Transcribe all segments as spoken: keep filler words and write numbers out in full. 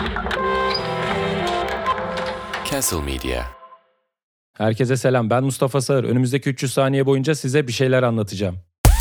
Castle Media. Herkese selam, ben Mustafa Sağır. Önümüzdeki üç yüz saniye boyunca size bir şeyler anlatacağım.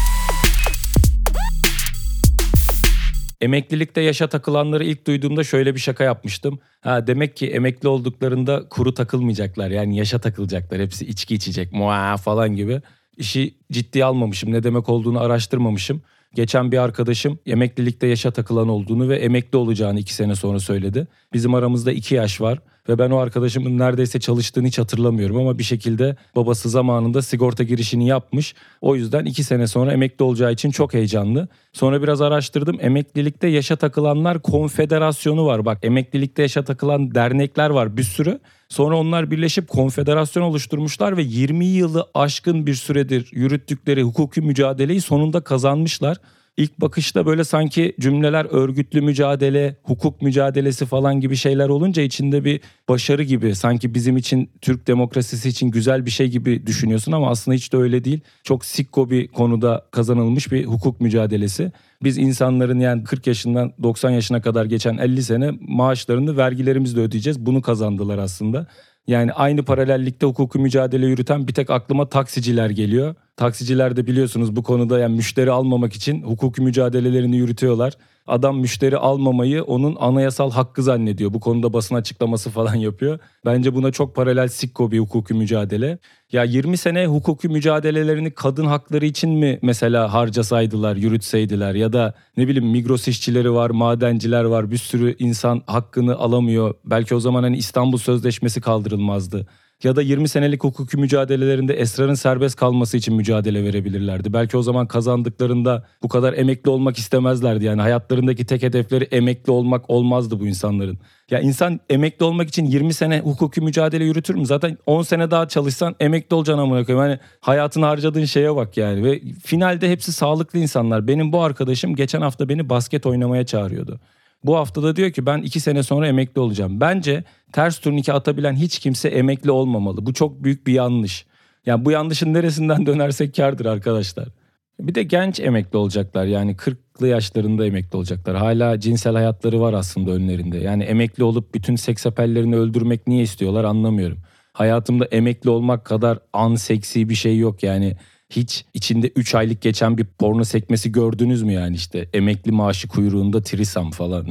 Emeklilikte yaşa takılanları ilk duyduğumda şöyle bir şaka yapmıştım. Ha, demek ki emekli olduklarında kuru takılmayacaklar, yani yaşa takılacaklar. Hepsi içki içecek, muaa falan gibi. İşi ciddiye almamışım, ne demek olduğunu araştırmamışım. Geçen bir arkadaşım emeklilikte yaşa takılan olduğunu ve emekli olacağını iki sene sonra söyledi. Bizim aramızda iki yaş var ve ben o arkadaşımın neredeyse çalıştığını hiç hatırlamıyorum ama bir şekilde babası zamanında sigorta girişini yapmış. O yüzden iki sene sonra emekli olacağı için çok heyecanlı. Sonra biraz araştırdım. Emeklilikte yaşa takılanlar konfederasyonu var. Bak, emeklilikte yaşa takılan dernekler var bir sürü. Sonra onlar birleşip konfederasyon oluşturmuşlar ve yirmi yılı aşkın bir süredir yürüttükleri hukuki mücadeleyi sonunda kazanmışlar. İlk bakışta böyle sanki cümleler örgütlü mücadele, hukuk mücadelesi falan gibi şeyler olunca içinde bir başarı gibi, sanki bizim için, Türk demokrasisi için güzel bir şey gibi düşünüyorsun ama aslında hiç de öyle değil. Çok sikko bir konuda kazanılmış bir hukuk mücadelesi. Biz insanların, yani kırk yaşından doksan yaşına kadar geçen elli sene maaşlarını vergilerimizle ödeyeceğiz. Bunu kazandılar aslında. Yani aynı paralellikte hukuki mücadele yürüten bir tek aklıma taksiciler geliyor. Taksiciler de biliyorsunuz bu konuda, yani müşteri almamak için hukuki mücadelelerini yürütüyorlar. Adam müşteri almamayı onun anayasal hakkı zannediyor. Bu konuda basın açıklaması falan yapıyor. Bence buna çok paralel sikko bir hukuki mücadele. Ya yirmi sene hukuki mücadelelerini kadın hakları için mi mesela harcasaydılar, yürütseydiler, ya da ne bileyim Migros işçileri var, madenciler var, bir sürü insan hakkını alamıyor. Belki o zaman hani İstanbul Sözleşmesi kaldırılmazdı. Ya da yirmi senelik hukuki mücadelelerinde esrarın serbest kalması için mücadele verebilirlerdi. Belki o zaman kazandıklarında bu kadar emekli olmak istemezlerdi. Yani hayatlarındaki tek hedefleri emekli olmak olmazdı bu insanların. Ya insan emekli olmak için yirmi sene hukuki mücadele yürütür mü? Zaten on sene daha çalışsan emekli olacaksın amına koyayım. Hani hayatını harcadığın şeye bak yani. Ve finalde hepsi sağlıklı insanlar. Benim bu arkadaşım geçen hafta beni basket oynamaya çağırıyordu. Bu haftada diyor ki ben iki sene sonra emekli olacağım. Bence ters turnike atabilen hiç kimse emekli olmamalı. Bu çok büyük bir yanlış. Yani bu yanlışın neresinden dönersek kârdır arkadaşlar. Bir de genç emekli olacaklar, yani kırklı yaşlarında emekli olacaklar. Hala cinsel hayatları var aslında önlerinde. Yani emekli olup bütün seksapellerini öldürmek niye istiyorlar anlamıyorum. Hayatımda emekli olmak kadar unseksi bir şey yok yani. Hiç içinde üç aylık geçen bir porno sekmesi gördünüz mü yani, işte emekli maaşı kuyruğunda trisam falan.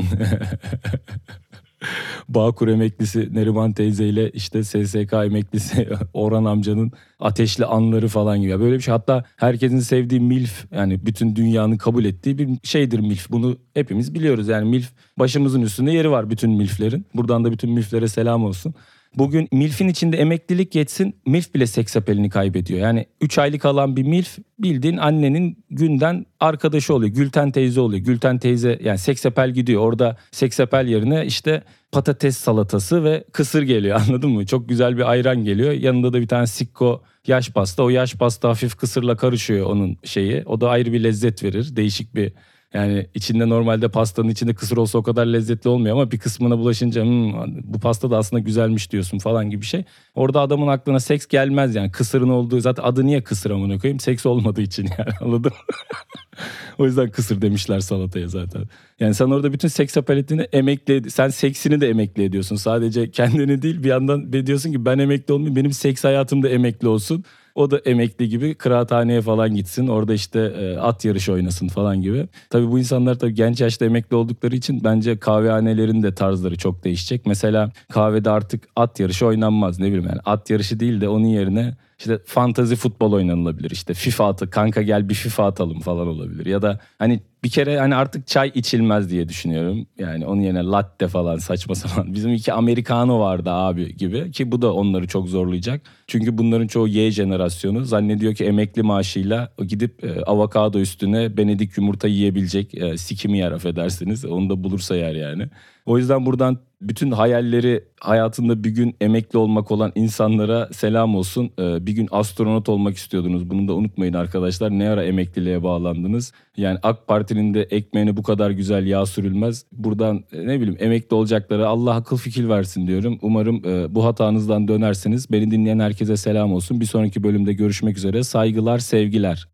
Bağkur emeklisi Neriman teyzeyle işte S S K emeklisi Orhan amcanın ateşli anları falan gibi. Böyle bir şey, hatta herkesin sevdiği milf, yani bütün dünyanın kabul ettiği bir şeydir milf. Bunu hepimiz biliyoruz yani, milf başımızın üstünde yeri var bütün milflerin. Buradan da bütün milflere selam olsun. Bugün milfin içinde emeklilik geçsin, milf bile seksapelini kaybediyor. Yani üç aylık alan bir milf bildiğin annenin günden arkadaşı oluyor. Gülten teyze oluyor. Gülten teyze, yani seksapel gidiyor. Orada seksapel yerine işte patates salatası ve kısır geliyor, anladın mı? Çok güzel bir ayran geliyor. Yanında da bir tane sikko yaş pasta. O yaş pasta hafif kısırla karışıyor onun şeyi. O da ayrı bir lezzet verir. Değişik bir... Yani içinde, normalde pastanın içinde kısır olsa o kadar lezzetli olmuyor ama bir kısmına bulaşınca hmm, bu pasta da aslında güzelmiş diyorsun falan gibi bir şey. Orada adamın aklına seks gelmez yani, kısırın olduğu, zaten adı niye kısır amına koyayım, seks olmadığı için yani, anladın mı? O yüzden kısır demişler salataya zaten. Yani sen orada bütün seks apeletini emekli, sen seksini de emekli ediyorsun. Sadece kendini değil, bir yandan diyorsun ki ben emekli olmayayım, benim seks hayatım da emekli olsun. O da emekli gibi kıraathaneye falan gitsin. Orada işte e, at yarışı oynasın falan gibi. Tabii bu insanlar tabii genç yaşta emekli oldukları için bence kahvehanelerin de tarzları çok değişecek. Mesela kahvede artık at yarışı oynanmaz, ne bileyim yani. At yarışı değil de onun yerine işte fantazi futbol oynanılabilir. İşte FIFA atı, kanka gel bir FIFA atalım falan olabilir. Ya da hani bir kere hani artık çay içilmez diye düşünüyorum. Yani onun yerine latte falan, saçma sapan. Bizim iki americano vardı abi gibi, ki bu da onları çok zorlayacak. Çünkü bunların çoğu Y jenerasyonu zannediyor ki emekli maaşıyla gidip e, avokado üstüne Benedik yumurta yiyebilecek. E, sikimi yer, affedersiniz. Onu da bulursa yer yani. O yüzden buradan bütün hayalleri hayatında bir gün emekli olmak olan insanlara selam olsun. Ee, bir gün astronot olmak istiyordunuz. Bunu da unutmayın arkadaşlar. Ne ara emekliliğe bağlandınız? Yani AK Parti'nin de ekmeğine bu kadar güzel yağ sürülmez. Buradan ne bileyim emekli olacaklara Allah akıl fikir versin diyorum. Umarım e, bu hatanızdan dönersiniz. Beni dinleyen herkese selam olsun. Bir sonraki bölümde görüşmek üzere. Saygılar, sevgiler.